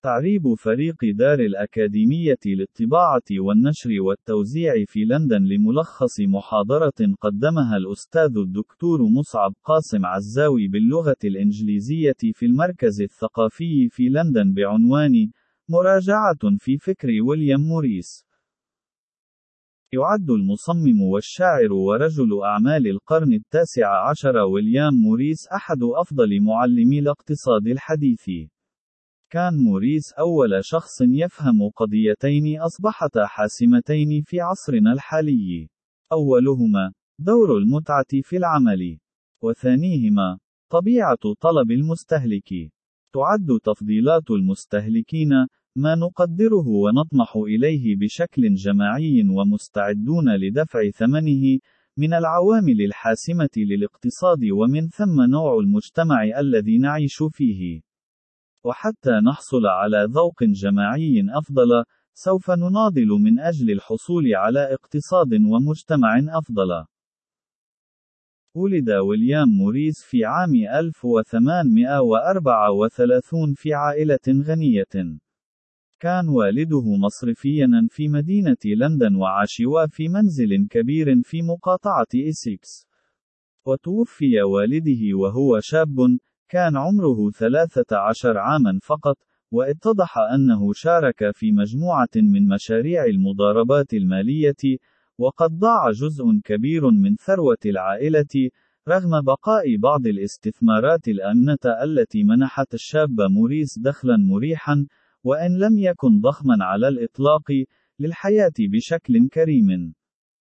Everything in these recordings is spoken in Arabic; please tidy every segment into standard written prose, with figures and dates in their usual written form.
تعريب فريق دار الأكاديمية للطباعة والنشر والتوزيع في لندن لملخص محاضرة قدمها الأستاذ الدكتور مصعب قاسم عزاوي باللغة الإنجليزية في المركز الثقافي في لندن بعنوان مراجعة في فكر ويليام موريس. يعد المصمم والشاعر ورجل أعمال القرن التاسع عشر ويليام موريس أحد أفضل معلمي الاقتصاد الحديث. كان موريس أول شخص يفهم قضيتين أصبحتا حاسمتين في عصرنا الحالي. أولهما دور المتعة في العمل، وثانيهما طبيعة طلب المستهلك. تعد تفضيلات المستهلكين ما نقدره ونطمح إليه بشكل جماعي ومستعدون لدفع ثمنه من العوامل الحاسمة للاقتصاد ومن ثم نوع المجتمع الذي نعيش فيه. وحتى نحصل على ذوق جماعي أفضل، سوف نناضل من أجل الحصول على اقتصاد ومجتمع أفضل. ولد ويليام موريس في عام 1834 في عائلة غنية. كان والده مصرفياً في مدينة لندن وعاش في منزل كبير في مقاطعة إسكس. وتوفي والده وهو شاب، كان عمره 13 عاماً فقط، واتضح أنه شارك في مجموعة من مشاريع المضاربات المالية، وقد ضاع جزء كبير من ثروة العائلة، رغم بقاء بعض الاستثمارات الآمنة التي منحت الشاب موريس دخلاً مريحاً، وإن لم يكن ضخماً على الإطلاق، للحياة بشكل كريم.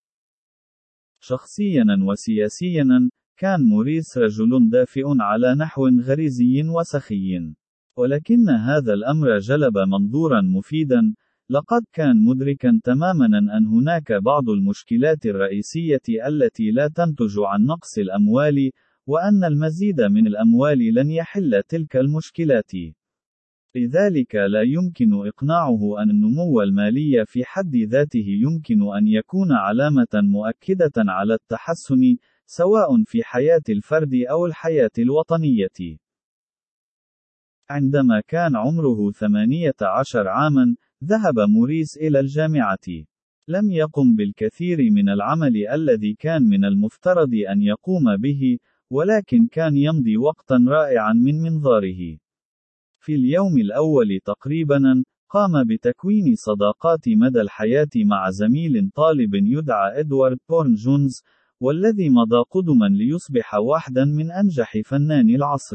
شخصياً وسياسياً، كان موريس رجل دافئ على نحو غريزي وسخي. ولكن هذا الأمر جلب منظوراً مفيداً. لقد كان مدركاً تماماً أن هناك بعض المشكلات الرئيسية التي لا تنتج عن نقص الأموال، وأن المزيد من الأموال لن يحل تلك المشكلات. لذلك لا يمكن إقناعه أن النمو المالي في حد ذاته يمكن أن يكون علامة مؤكدة على التحسن، سواء في حياة الفرد أو الحياة الوطنية. عندما كان عمره 18 عاماً، ذهب موريس إلى الجامعة. لم يقم بالكثير من العمل الذي كان من المفترض أن يقوم به، ولكن كان يمضي وقتاً رائعاً من منظاره. في اليوم الأول تقريباً، قام بتكوين صداقات مدى الحياة مع زميل طالب يدعى إدوارد بورن جونز، والذي مضى قدماً ليصبح واحداً من أنجح فناني العصر.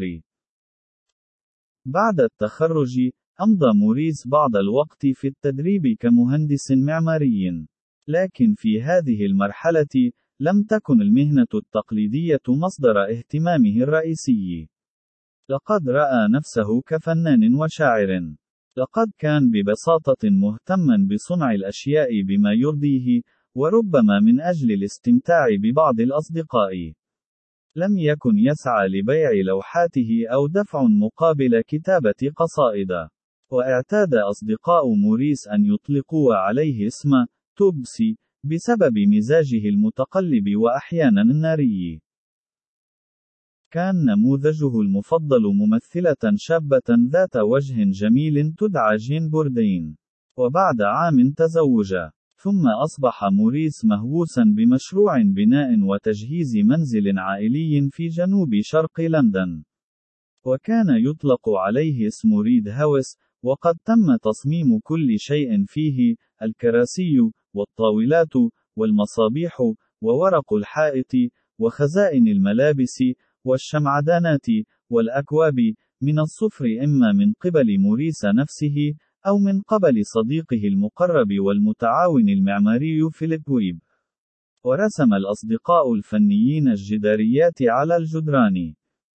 بعد التخرج، أمضى موريس بعض الوقت في التدريب كمهندس معماري. لكن في هذه المرحلة، لم تكن المهنة التقليدية مصدر اهتمامه الرئيسي. لقد رأى نفسه كفنان وشاعر. لقد كان ببساطة مهتماً بصنع الأشياء بما يرضيه، وربما من أجل الاستمتاع ببعض الأصدقاء. لم يكن يسعى لبيع لوحاته أو دفع مقابل كتابة قصائد. واعتاد أصدقاء موريس أن يطلقوا عليه اسم توبسي، بسبب مزاجه المتقلب وأحياناً الناري. كان نموذجه المفضل ممثلة شابة ذات وجه جميل تدعى جين بوردين. وبعد عام تزوج. ثم أصبح موريس مهووساً بمشروع بناء وتجهيز منزل عائلي في جنوب شرق لندن. وكان يطلق عليه اسم ريد هاوس، وقد تم تصميم كل شيء فيه: الكراسي، والطاولات، والمصابيح، وورق الحائط، وخزائن الملابس، والشمعدانات، والأكواب، من الصفر، إما من قبل موريس نفسه، أو من قبل صديقه المقرب والمتعاون المعماري فيليب ويب. ورسم الأصدقاء الفنيين الجداريات على الجدران.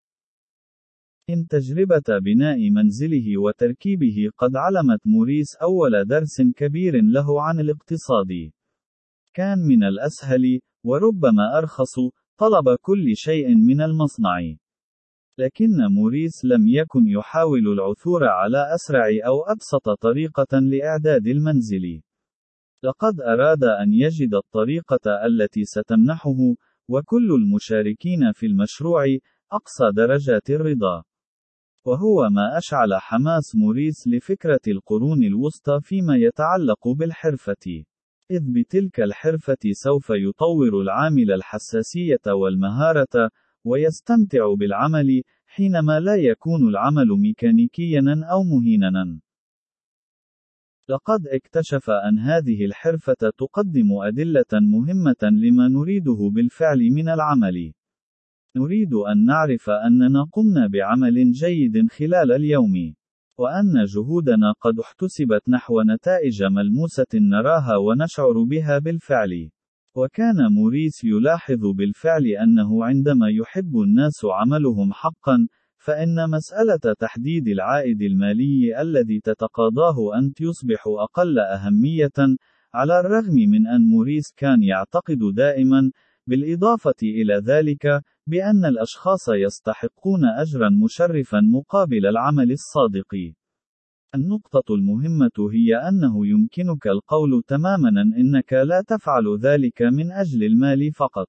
إن تجربة بناء منزله وتركيبه قد علمت موريس أول درس كبير له عن الاقتصاد. كان من الأسهل، وربما أرخص، طلب كل شيء من المصنع. لكن موريس لم يكن يحاول العثور على أسرع أو أبسط طريقة لإعداد المنزل. لقد أراد أن يجد الطريقة التي ستمنحه، وكل المشاركين في المشروع، أقصى درجات الرضا. وهو ما أشعل حماس موريس لفكرة القرون الوسطى فيما يتعلق بالحرفة. إذ بتلك الحرفة سوف يطور العامل الحساسية والمهارة، ويستمتع بالعمل، حينما لا يكون العمل ميكانيكيًا أو مهينًا. لقد اكتشف أن هذه الحرفة تقدم أدلة مهمة لما نريده بالفعل من العمل. نريد أن نعرف أننا قمنا بعمل جيد خلال اليوم، وأن جهودنا قد احتسبت نحو نتائج ملموسة نراها ونشعر بها بالفعل. وكان موريس يلاحظ بالفعل أنه عندما يحب الناس عملهم حقًا، فإن مسألة تحديد العائد المالي الذي تتقاضاه أنت يصبح أقل أهمية، على الرغم من أن موريس كان يعتقد دائمًا، بالإضافة إلى ذلك، بأن الأشخاص يستحقون أجرًا مشرفًا مقابل العمل الصادق. النقطة المهمة هي أنه يمكنك القول تمامًا إنك لا تفعل ذلك من أجل المال فقط.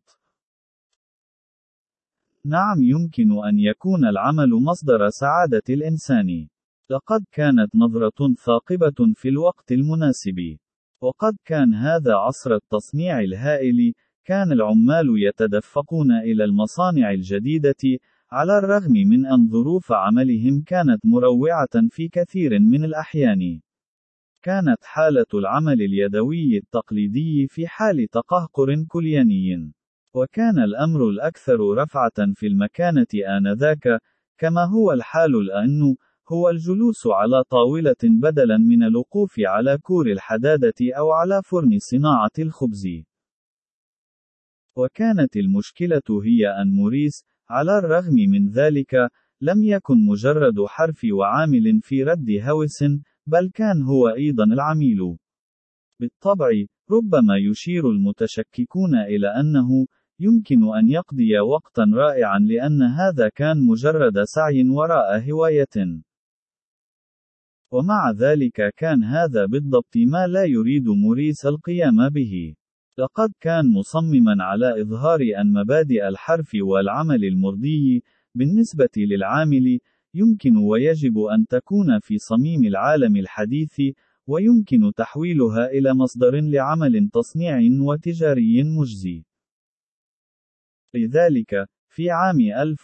نعم، يمكن أن يكون العمل مصدر سعادة الإنسان. لقد كانت نظرة ثاقبة في الوقت المناسب. وقد كان هذا عصر التصنيع الهائل. كان العمال يتدفقون إلى المصانع الجديدة، على الرغم من أن ظروف عملهم كانت مروعة في كثير من الأحيان. كانت حالة العمل اليدوي التقليدي في حال تقهقر كلياني. وكان الأمر الأكثر رفعة في المكانة آنذاك، كما هو الحال الآن، هو الجلوس على طاولة بدلاً من الوقوف على كور الحدادة أو على فرن صناعة الخبز. وكانت المشكلة هي أن موريس، على الرغم من ذلك، لم يكن مجرد حرف وعامل في رد هوس، بل كان هو أيضاً العميل. بالطبع، ربما يشير المتشككون إلى أنه يمكن أن يقضي وقتاً رائعاً لأن هذا كان مجرد سعي وراء هواية. ومع ذلك كان هذا بالضبط ما لا يريد موريس القيام به. لقد كان مصمماً على إظهار أن مبادئ الحرف والعمل المرضي، بالنسبة للعامل، يمكن ويجب أن تكون في صميم العالم الحديث، ويمكن تحويلها إلى مصدر لعمل تصنيعي وتجاري مجزي. لذلك، في عام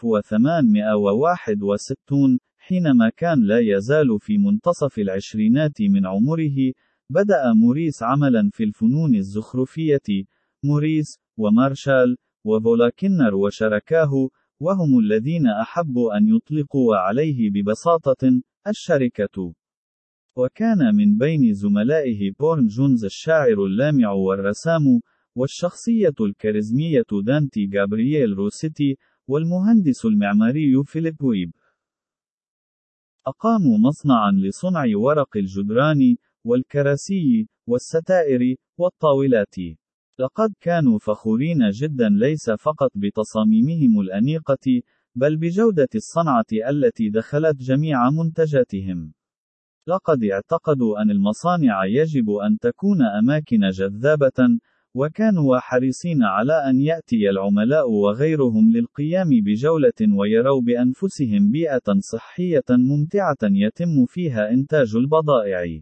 1861، حينما كان لا يزال في منتصف العشرينات من عمره، بدأ موريس عملاً في الفنون الزخرفية. موريس، ومارشال، وفولاكنر وشركاه، وهم الذين أحبوا أن يطلقوا عليه ببساطة، الشركة. وكان من بين زملائه بورن جونز الشاعر اللامع والرسام، والشخصية الكاريزمية دانتي جابرييل روسيتي، والمهندس المعماري فيليب ويب. أقاموا مصنعاً لصنع ورق الجدران، والكراسي، والستائر، والطاولات. لقد كانوا فخورين جداً ليس فقط بتصاميمهم الأنيقة، بل بجودة الصنعة التي دخلت جميع منتجاتهم. لقد اعتقدوا أن المصانع يجب أن تكون أماكن جذابة، وكانوا حريصين على أن يأتي العملاء وغيرهم للقيام بجولة ويروا بأنفسهم بيئة صحية ممتعة يتم فيها إنتاج البضائع.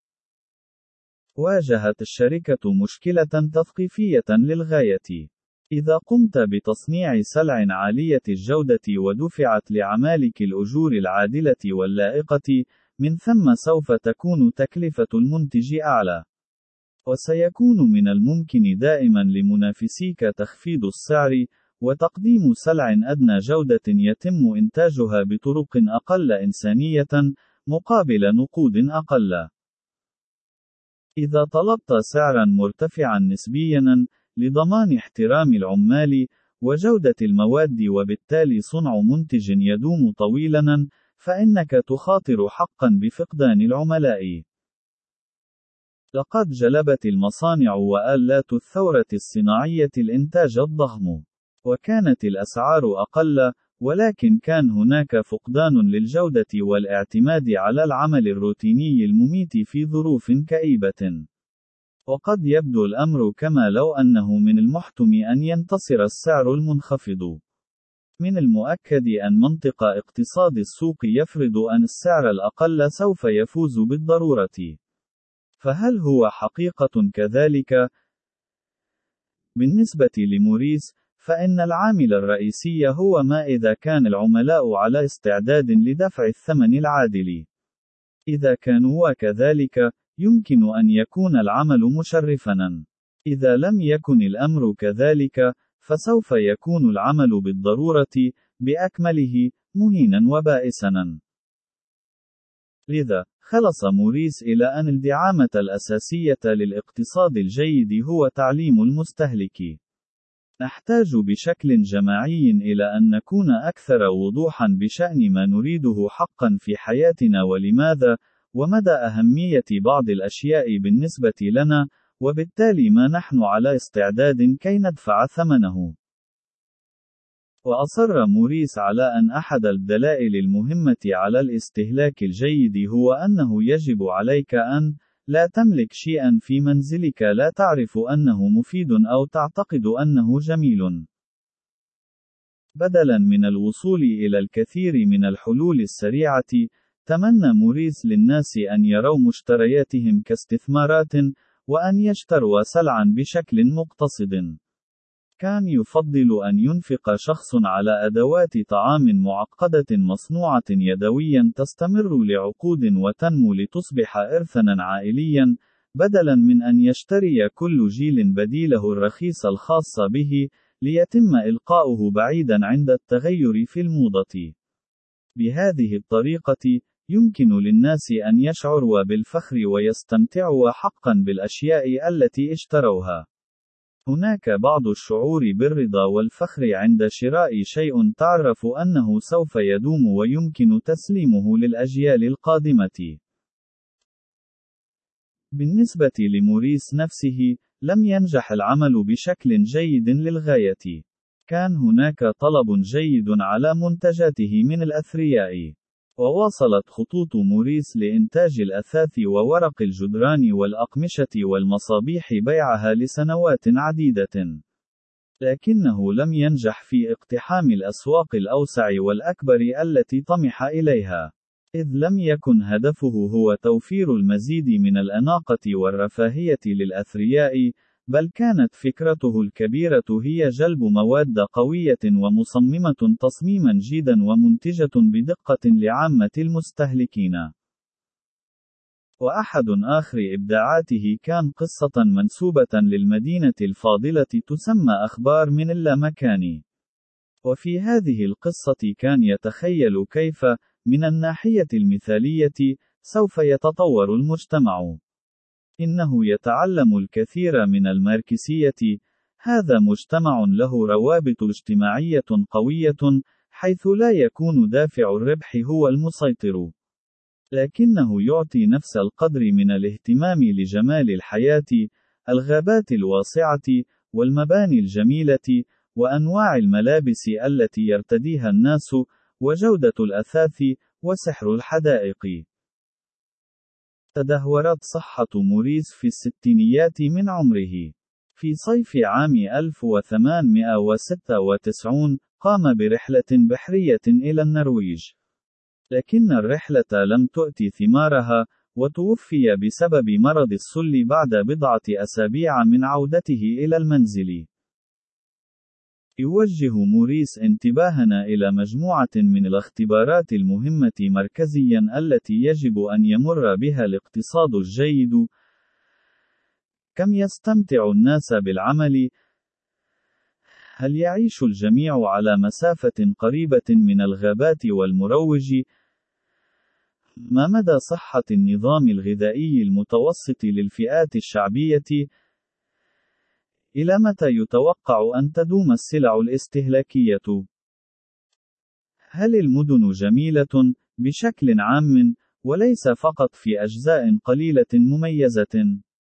واجهت الشركة مشكلة تثقيفية للغاية. إذا قمت بتصنيع سلع عالية الجودة ودفعت لعمالك الأجور العادلة واللائقة، من ثم سوف تكون تكلفة المنتج أعلى. وسيكون من الممكن دائما لمنافسيك تخفيض السعر، وتقديم سلع أدنى جودة يتم إنتاجها بطرق أقل إنسانية، مقابل نقود أقل. إذا طلبت سعرا مرتفعا نسبيا، لضمان احترام العمال، وجودة المواد وبالتالي صنع منتج يدوم طويلا، فإنك تخاطر حقا بفقدان العملاء. لقد جلبت المصانع وآلات الثورة الصناعية الإنتاج الضخم. وكانت الأسعار أقل، ولكن كان هناك فقدان للجودة والاعتماد على العمل الروتيني المميت في ظروف كئيبة. وقد يبدو الأمر كما لو أنه من المحتم أن ينتصر السعر المنخفض. من المؤكد أن منطق اقتصاد السوق يفرض أن السعر الأقل سوف يفوز بالضرورة. فهل هو حقيقة كذلك؟ بالنسبة لموريس، فإن العامل الرئيسي هو ما إذا كان العملاء على استعداد لدفع الثمن العادل. إذا كانوا كذلك، يمكن أن يكون العمل مشرفاً. إذا لم يكن الأمر كذلك، فسوف يكون العمل بالضرورة، بأكمله، مهيناً وبائساً. لذا، خلص موريس إلى أن الدعامة الأساسية للاقتصاد الجيد هو تعليم المستهلك. نحتاج بشكل جماعي إلى أن نكون أكثر وضوحاً بشأن ما نريده حقاً في حياتنا ولماذا، ومدى أهمية بعض الأشياء بالنسبة لنا، وبالتالي ما نحن على استعداد كي ندفع ثمنه. وأصر موريس على أن أحد الدلائل المهمة على الاستهلاك الجيد هو أنه يجب عليك أن لا تملك شيئا في منزلك لا تعرف أنه مفيد أو تعتقد أنه جميل. بدلا من الوصول إلى الكثير من الحلول السريعة، تمنى موريس للناس أن يروا مشترياتهم كاستثمارات، وأن يشتروا سلعا بشكل مقتصد. كان يفضل أن ينفق شخص على أدوات طعام معقدة مصنوعة يدويا تستمر لعقود وتنمو لتصبح إرثا عائليا، بدلا من أن يشتري كل جيل بديله الرخيص الخاص به، ليتم إلقاؤه بعيدا عند التغير في الموضة. بهذه الطريقة، يمكن للناس أن يشعروا بالفخر ويستمتعوا حقا بالأشياء التي اشتروها. هناك بعض الشعور بالرضا والفخر عند شراء شيء تعرف أنه سوف يدوم ويمكن تسليمه للأجيال القادمة. بالنسبة لموريس نفسه، لم ينجح العمل بشكل جيد للغاية. كان هناك طلب جيد على منتجاته من الأثرياء. وواصلت خطوط موريس لإنتاج الأثاث وورق الجدران والأقمشة والمصابيح بيعها لسنوات عديدة. لكنه لم ينجح في اقتحام الأسواق الأوسع والأكبر التي طمح إليها. إذ لم يكن هدفه هو توفير المزيد من الأناقة والرفاهية للأثرياء، بل كانت فكرته الكبيرة هي جلب مواد قوية ومصممة تصميما جيدا ومنتجة بدقة لعامة المستهلكين. وأحد آخر إبداعاته كان قصة منسوبة للمدينة الفاضلة تسمى أخبار من اللامكان. وفي هذه القصة كان يتخيل كيف، من الناحية المثالية، سوف يتطور المجتمع. إنه يتعلم الكثير من الماركسية. هذا مجتمع له روابط اجتماعية قوية، حيث لا يكون دافع الربح هو المسيطر، لكنه يعطي نفس القدر من الاهتمام لجمال الحياة، الغابات الواسعة، والمباني الجميلة، وأنواع الملابس التي يرتديها الناس، وجودة الأثاث، وسحر الحدائق. تدهورت صحة موريس في الستينيات من عمره. في صيف عام 1896 قام برحلة بحرية إلى النرويج. لكن الرحلة لم تؤتي ثمارها، وتوفي بسبب مرض السل بعد بضعة أسابيع من عودته إلى المنزل. يوجه موريس انتباهنا إلى مجموعة من الاختبارات المهمة مركزيا التي يجب أن يمر بها الاقتصاد الجيد. كم يستمتع الناس بالعمل؟ هل يعيش الجميع على مسافة قريبة من الغابات والمروج؟ ما مدى صحة النظام الغذائي المتوسط للفئات الشعبية؟ إلى متى يتوقع أن تدوم السلع الاستهلاكية؟ هل المدن جميلة، بشكل عام، وليس فقط في أجزاء قليلة مميزة؟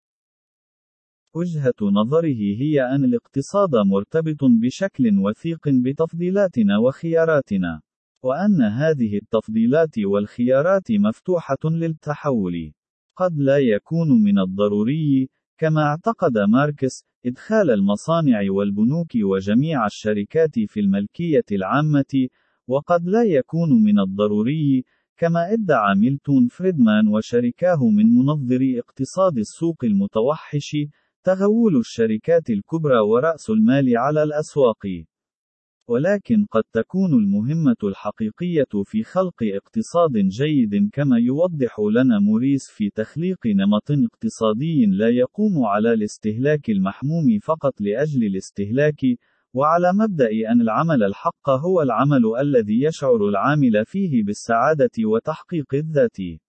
وجهة نظره هي أن الاقتصاد مرتبط بشكل وثيق بتفضيلاتنا وخياراتنا، وأن هذه التفضيلات والخيارات مفتوحة للتحول. قد لا يكون من الضروري، كما اعتقد ماركس، إدخال المصانع والبنوك وجميع الشركات في الملكية العامة، وقد لا يكون من الضروري، كما ادعى ميلتون فريدمان وشركاه من منظري اقتصاد السوق المتوحش، تغول الشركات الكبرى ورأس المال على الأسواق. ولكن قد تكون المهمة الحقيقية في خلق اقتصاد جيد كما يوضح لنا موريس في تخليق نمط اقتصادي لا يقوم على الاستهلاك المحموم فقط لأجل الاستهلاك، وعلى مبدأ أن العمل الحق هو العمل الذي يشعر العامل فيه بالسعادة وتحقيق الذات.